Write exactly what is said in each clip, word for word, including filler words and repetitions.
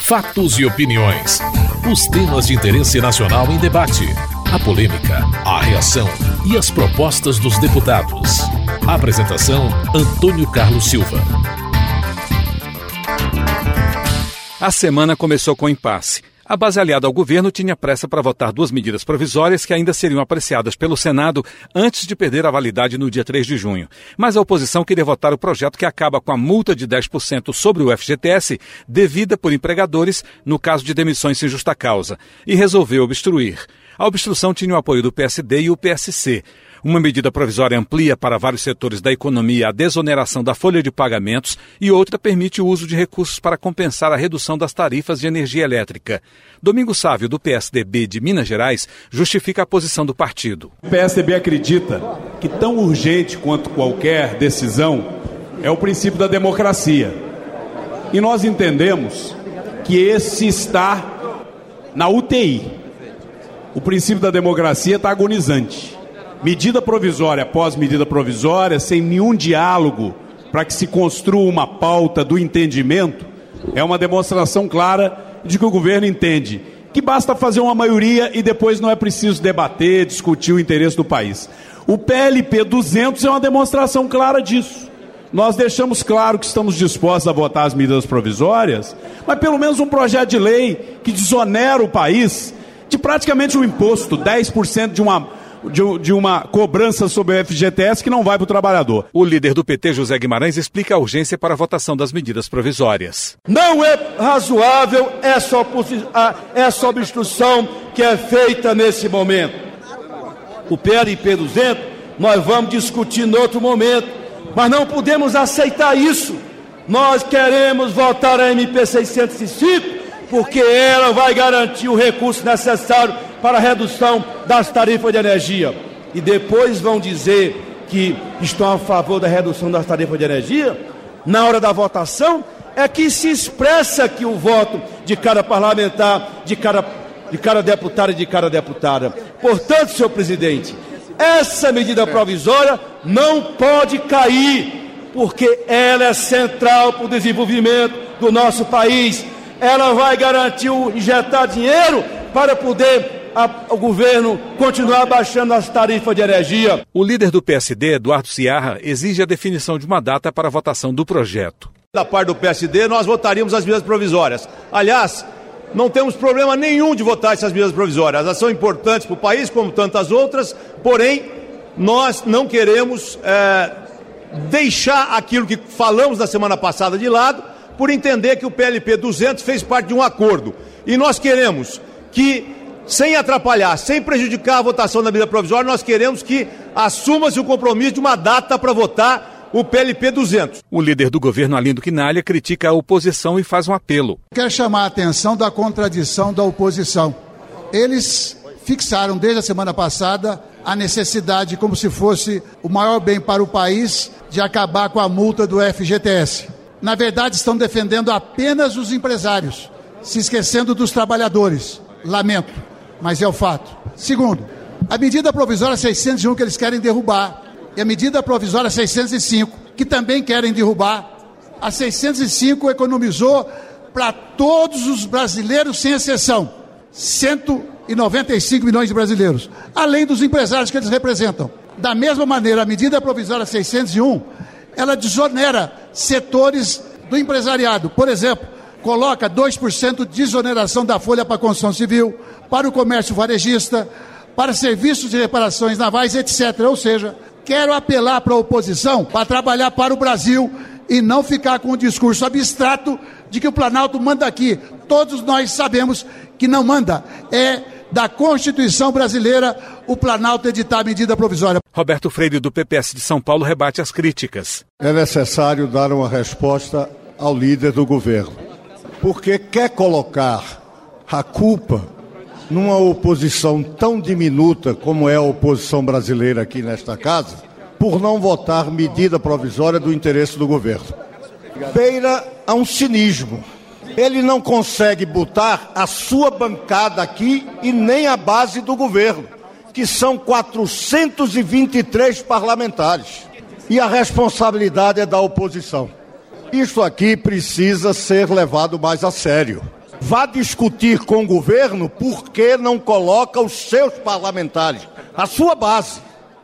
Fatos e opiniões. Os temas de interesse nacional em debate. A polêmica, a reação e as propostas dos deputados. Apresentação: Antônio Carlos Silva. A semana começou com impasse. A base aliada ao governo tinha pressa para votar duas medidas provisórias que ainda seriam apreciadas pelo Senado antes de perder a validade no dia três de junho. Mas a oposição queria votar o projeto que acaba com a multa de dez por cento sobre o F G T S devida por empregadores no caso de demissões sem justa causa e resolveu obstruir. A obstrução tinha o apoio do P S D e o P S C. Uma medida provisória amplia para vários setores da economia a desoneração da folha de pagamentos e outra permite o uso de recursos para compensar a redução das tarifas de energia elétrica. Domingos Sávio, do P S D B de Minas Gerais, justifica a posição do partido. O P S D B acredita que tão urgente quanto qualquer decisão é o princípio da democracia. E nós entendemos que esse está na U T I. O princípio da democracia está agonizante. Medida provisória após medida provisória, sem nenhum diálogo para que se construa uma pauta do entendimento, é uma demonstração clara de que o governo entende que basta fazer uma maioria e depois não é preciso debater, discutir o interesse do país. O P L P duzentos é uma demonstração clara disso. Nós deixamos claro que estamos dispostos a votar as medidas provisórias, mas pelo menos um projeto de lei que desonera o país de praticamente um imposto, dez por cento de uma... De, de uma cobrança sobre o F G T S que não vai para o trabalhador. O líder do P T, José Guimarães, explica a urgência para a votação das medidas provisórias. Não é razoável essa, essa obstrução que é feita nesse momento. O P L P duzentos nós vamos discutir em outro momento, mas não podemos aceitar isso. Nós queremos votar a M P seiscentos e cinco porque ela vai garantir o recurso necessário para a redução das tarifas de energia. E depois vão dizer que estão a favor da redução das tarifas de energia. Na hora da votação é que se expressa que o voto de cada parlamentar, de cada, de cada deputado e de cada deputada. Portanto, senhor presidente, essa medida provisória não pode cair, porque ela é central para o desenvolvimento do nosso país. Ela vai garantir o injetar dinheiro para poder a, o governo continuar baixando as tarifas de energia. O líder do P S D, Eduardo Ciarra, exige a definição de uma data para a votação do projeto. Da parte do P S D, nós votaríamos as medidas provisórias. Aliás, não temos problema nenhum de votar essas medidas provisórias. Elas são importantes para o país, como tantas outras, porém, nós não queremos é, deixar aquilo que falamos na semana passada de lado, por entender que o P L P duzentos fez parte de um acordo. E nós queremos que, sem atrapalhar, sem prejudicar a votação da medida provisória, nós queremos que assuma-se o compromisso de uma data para votar o P L P duzentos. O líder do governo, Arlindo Quinalha, critica a oposição e faz um apelo. Quero chamar a atenção da contradição da oposição. Eles fixaram desde a semana passada a necessidade, como se fosse o maior bem para o país, de acabar com a multa do F G T S. Na verdade, estão defendendo apenas os empresários, se esquecendo dos trabalhadores. Lamento, mas é o fato. Segundo, a medida provisória seiscentos e um que eles querem derrubar e a medida provisória seiscentos e cinco, que também querem derrubar. A seiscentos e cinco economizou para todos os brasileiros, sem exceção, cento e noventa e cinco milhões de brasileiros, além dos empresários que eles representam. Da mesma maneira, a medida provisória seiscentos e um, ela desonera setores do empresariado. Por exemplo, coloca dois por cento de desoneração da folha para a construção civil, para o comércio varejista, para serviços de reparações navais, etcétera. Ou seja, quero apelar para a oposição para trabalhar para o Brasil e não ficar com o discurso abstrato de que o Planalto manda aqui. Todos nós sabemos que não manda. É da Constituição brasileira o Planalto editar a medida provisória. Roberto Freire, do P P S de São Paulo, rebate as críticas. É necessário dar uma resposta ao líder do governo, porque quer colocar a culpa numa oposição tão diminuta como é a oposição brasileira aqui nesta casa, por não votar medida provisória do interesse do governo. Beira a um cinismo. Ele não consegue botar a sua bancada aqui e nem a base do governo, que são quatrocentos e vinte e três parlamentares. E a responsabilidade é da oposição. Isso aqui precisa ser levado mais a sério. vá discutir com o governo por que não coloca os seus parlamentares, a sua base.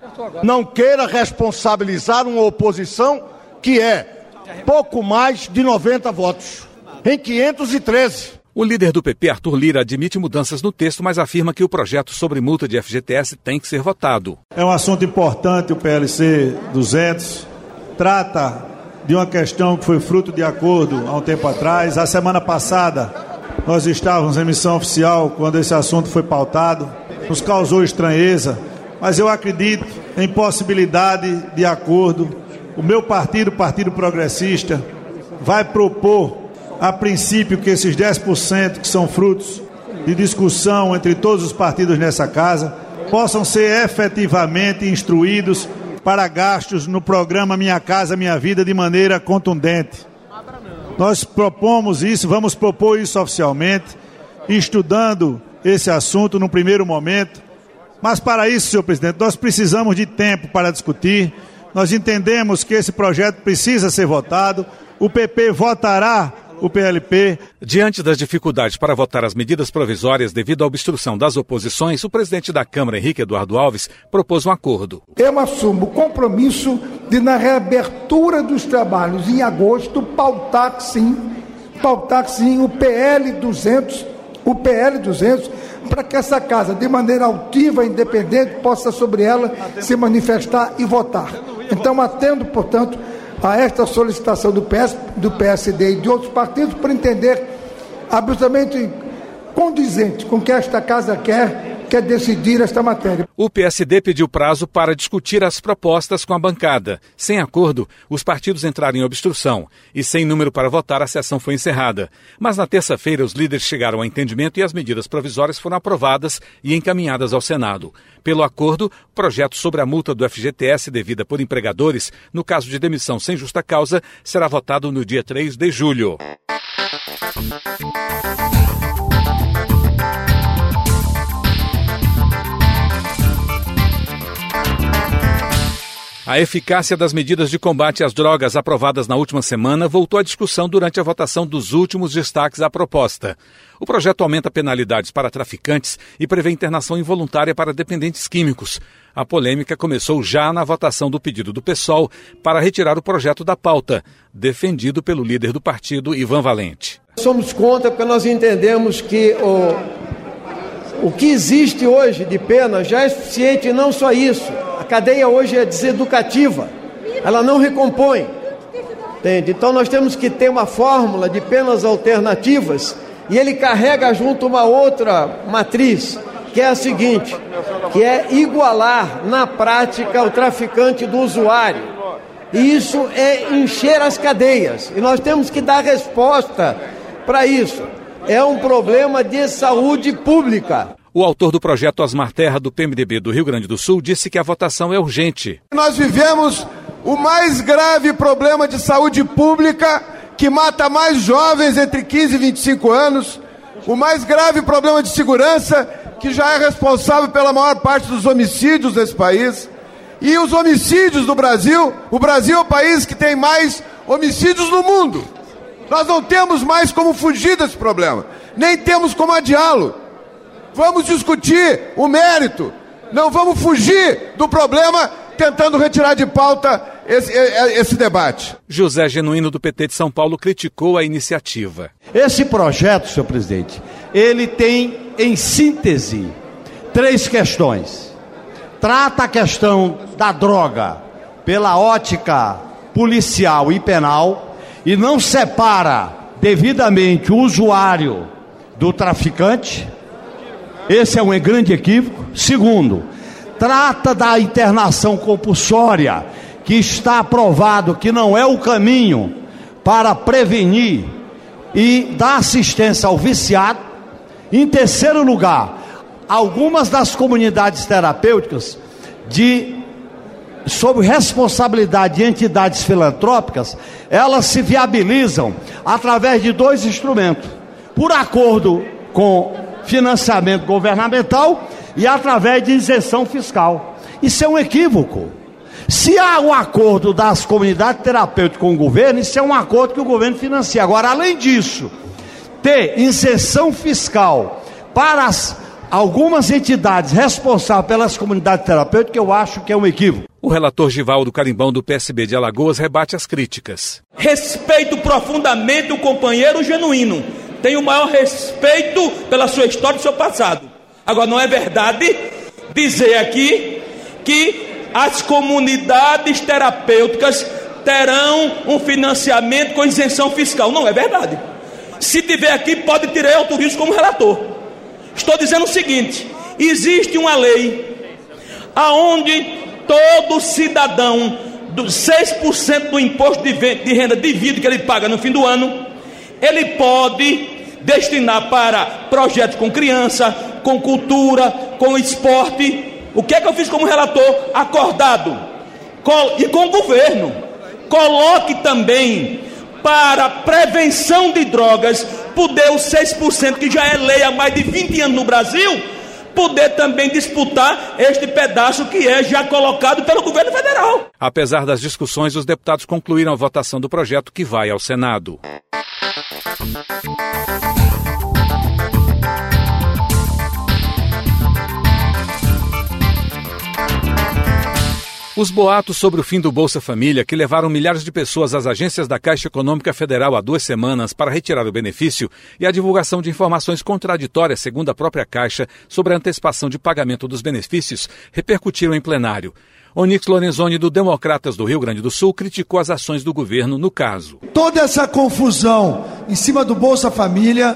Não queira responsabilizar uma oposição que é pouco mais de noventa votos, em quinhentos e treze. O líder do P P, Arthur Lira, admite mudanças no texto, mas afirma que o projeto sobre multa de F G T S tem que ser votado. É um assunto importante, o P L C duzentos. Trata de uma questão que foi fruto de acordo há um tempo atrás. A semana passada, nós estávamos em missão oficial quando esse assunto foi pautado. Nos causou estranheza, mas eu acredito em possibilidade de acordo. O meu partido, o Partido Progressista, vai propor a princípio que esses dez por cento que são frutos de discussão entre todos os partidos nessa casa possam ser efetivamente instruídos para gastos no programa Minha Casa Minha Vida de maneira contundente. Nós propomos isso, vamos propor isso oficialmente, estudando esse assunto no primeiro momento, mas para isso, senhor presidente, nós precisamos de tempo para discutir, nós entendemos que esse projeto precisa ser votado, o P P votará o P L P. Diante das dificuldades para votar as medidas provisórias devido à obstrução das oposições, o presidente da Câmara, Henrique Eduardo Alves, propôs um acordo. Eu assumo o compromisso de, na reabertura dos trabalhos em agosto, pautar sim, pautar sim o P L duzentos, o P L duzentos, para que essa casa, de maneira altiva e independente, possa sobre ela se manifestar e votar. Então, atendo, portanto, a esta solicitação do P S, do P S D e de outros partidos, por entender absolutamente condizente com o que esta casa quer, quer decidir esta matéria. O P S D pediu prazo para discutir as propostas com a bancada. Sem acordo, os partidos entraram em obstrução e sem número para votar, a sessão foi encerrada. Mas na terça-feira, os líderes chegaram a entendimento e as medidas provisórias foram aprovadas e encaminhadas ao Senado. Pelo acordo, o projeto sobre a multa do F G T S devida por empregadores, no caso de demissão sem justa causa, será votado no dia três de julho. A eficácia das medidas de combate às drogas aprovadas na última semana voltou à discussão durante a votação dos últimos destaques à proposta. O projeto aumenta penalidades para traficantes e prevê internação involuntária para dependentes químicos. A polêmica começou já na votação do pedido do PSOL para retirar o projeto da pauta, defendido pelo líder do partido, Ivan Valente. Somos contra porque nós entendemos que o, o que existe hoje de pena já é suficiente, e não só isso. A cadeia hoje é deseducativa, ela não recompõe, entende? Então nós temos que ter uma fórmula de penas alternativas e ele carrega junto uma outra matriz, que é a seguinte, que é igualar na prática o traficante do usuário. E isso é encher as cadeias, e nós temos que dar resposta para isso. É um problema de saúde pública. O autor do projeto, Osmar Terra, do P M D B do Rio Grande do Sul, disse que a votação é urgente. Nós vivemos o mais grave problema de saúde pública que mata mais jovens entre quinze e vinte e cinco anos, o mais grave problema de segurança que já é responsável pela maior parte dos homicídios desse país. E os homicídios do Brasil, o Brasil é o país que tem mais homicídios no mundo. Nós não temos mais como fugir desse problema, nem temos como adiá-lo. Vamos discutir o mérito, não vamos fugir do problema tentando retirar de pauta esse, esse debate. José Genuíno, do P T de São Paulo, criticou a iniciativa. Esse projeto, senhor presidente, ele tem, em síntese, três questões. Trata a questão da droga pela ótica policial e penal e não separa devidamente o usuário do traficante. Esse é um grande equívoco. Segundo, trata da internação compulsória, que está aprovado que não é o caminho para prevenir e dar assistência ao viciado. Em terceiro lugar, algumas das comunidades terapêuticas, de, sob responsabilidade de entidades filantrópicas, elas se viabilizam através de dois instrumentos: por acordo com financiamento governamental e através de isenção fiscal. Isso é um equívoco. Se há um acordo das comunidades terapêuticas com o governo, isso é um acordo que o governo financia. Agora, além disso, ter isenção fiscal para as, algumas entidades responsáveis pelas comunidades terapêuticas, eu acho que é um equívoco. O relator Givaldo Carimbão, do P S B de Alagoas, rebate as críticas. Respeito profundamente o companheiro Genuíno. Tenho o maior respeito pela sua história e seu passado. Agora, não é verdade dizer aqui que as comunidades terapêuticas terão um financiamento com isenção fiscal. Não é verdade. Se tiver aqui, pode tirar, eu autorizo como relator. Estou dizendo o seguinte: existe uma lei aonde todo cidadão, dos seis por cento do imposto de renda devido que ele paga no fim do ano, ele pode destinar para projetos com criança, com cultura, com esporte. O que é que eu fiz como relator? Acordado e com o governo, coloque também para prevenção de drogas, poder os seis por cento, que já é lei há mais de vinte anos no Brasil, poder também disputar este pedaço que é já colocado pelo governo federal. Apesar das discussões, os deputados concluíram a votação do projeto, que vai ao Senado. Os boatos sobre o fim do Bolsa Família, que levaram milhares de pessoas às agências da Caixa Econômica Federal há duas semanas para retirar o benefício, e a divulgação de informações contraditórias, segundo a própria Caixa, sobre a antecipação de pagamento dos benefícios, repercutiram em plenário. Onyx Lorenzoni, do Democratas do Rio Grande do Sul, criticou as ações do governo no caso. Toda essa confusão em cima do Bolsa Família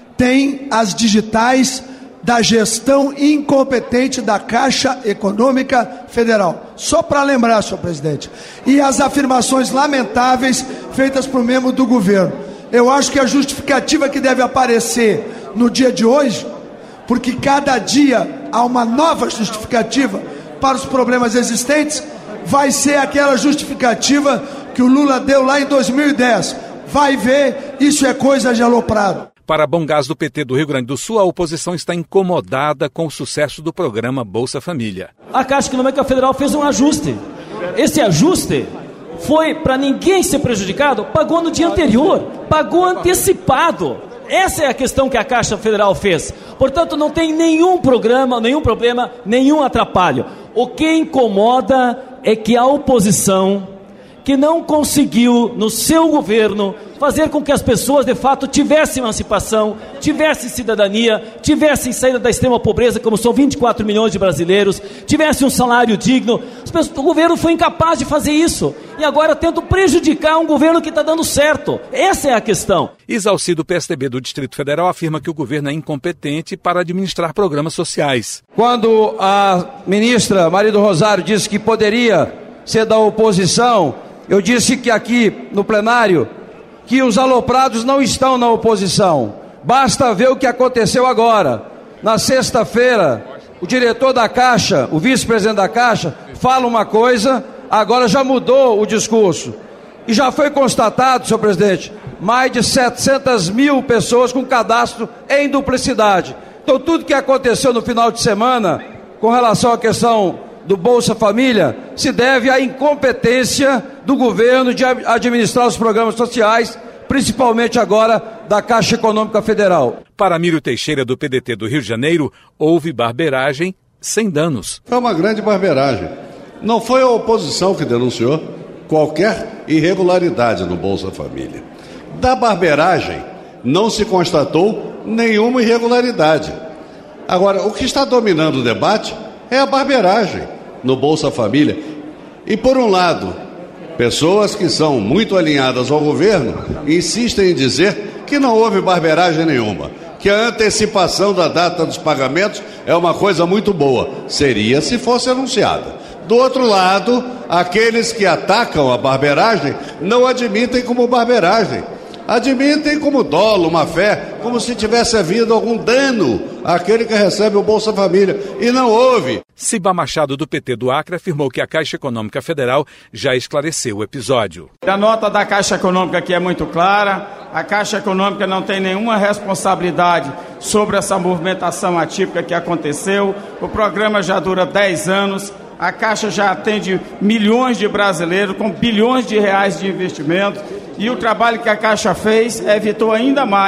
tem as digitais da gestão incompetente da Caixa Econômica Federal. Só para lembrar, senhor presidente. E as afirmações lamentáveis feitas por membro do governo. Eu acho que a justificativa que deve aparecer no dia de hoje, porque cada dia há uma nova justificativa para os problemas existentes, vai ser aquela justificativa que o Lula deu lá em dois mil e dez. Vai ver, isso é coisa de aloprado. Para Bom Gás, do P T do Rio Grande do Sul, a oposição está incomodada com o sucesso do programa Bolsa Família. A Caixa Econômica Federal fez um ajuste. Esse ajuste foi para ninguém ser prejudicado, pagou no dia anterior, pagou antecipado. Essa é a questão que a Caixa Federal fez. Portanto, não tem nenhum programa, nenhum problema, nenhum atrapalho. O que incomoda é que a oposição, que não conseguiu, no seu governo, fazer com que as pessoas, de fato, tivessem emancipação, tivessem cidadania, tivessem saída da extrema pobreza, como são vinte e quatro milhões de brasileiros, tivessem um salário digno. As pessoas, o governo foi incapaz de fazer isso. E agora tentam prejudicar um governo que está dando certo. Essa é a questão. Isalci, do P S D B do Distrito Federal, afirma que o governo é incompetente para administrar programas sociais. Quando a ministra Maria do Rosário disse que poderia ser da oposição, eu disse que aqui no plenário que os aloprados não estão na oposição. Basta ver o que aconteceu agora. Na sexta-feira, o diretor da Caixa, o vice-presidente da Caixa, fala uma coisa, agora já mudou o discurso. E já foi constatado, senhor presidente, mais de setecentas mil pessoas com cadastro em duplicidade. Então, tudo que aconteceu no final de semana, com relação à questão do Bolsa Família, se deve à incompetência do governo de administrar os programas sociais, principalmente agora da Caixa Econômica Federal. Para Mírio Teixeira, do P D T do Rio de Janeiro, houve barbeiragem sem danos. Foi uma grande barbeiragem. Não foi a oposição que denunciou qualquer irregularidade no Bolsa Família. Da barbeiragem não se constatou nenhuma irregularidade. Agora, o que está dominando o debate é a barbeiragem no Bolsa Família. E, por um lado, pessoas que são muito alinhadas ao governo insistem em dizer que não houve barbeiragem nenhuma, que a antecipação da data dos pagamentos é uma coisa muito boa. Seria se fosse anunciada. Do outro lado, aqueles que atacam a barbeiragem não admitem como barbeiragem. Admitem como dolo, má fé, como se tivesse havido algum dano àquele que recebe o Bolsa Família. E não houve. Ciba Machado, do P T do Acre, afirmou que a Caixa Econômica Federal já esclareceu o episódio. A nota da Caixa Econômica aqui é muito clara. A Caixa Econômica não tem nenhuma responsabilidade sobre essa movimentação atípica que aconteceu. O programa já dura dez anos. A Caixa já atende milhões de brasileiros com bilhões de reais de investimento. E o trabalho que a Caixa fez evitou ainda mais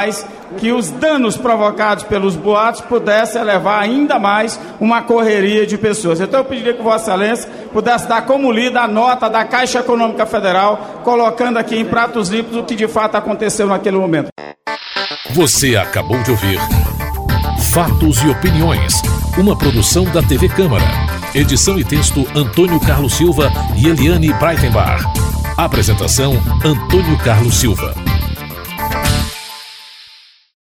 que os danos provocados pelos boatos pudessem levar ainda mais uma correria de pessoas. Então eu pediria que Vossa Excelência pudesse dar como lida a nota da Caixa Econômica Federal, colocando aqui em pratos limpos o que de fato aconteceu naquele momento. Você acabou de ouvir Fatos e Opiniões, uma produção da T V Câmara. Edição e texto Antônio Carlos Silva e Eliane Breitenbach. Apresentação Antônio Carlos Silva.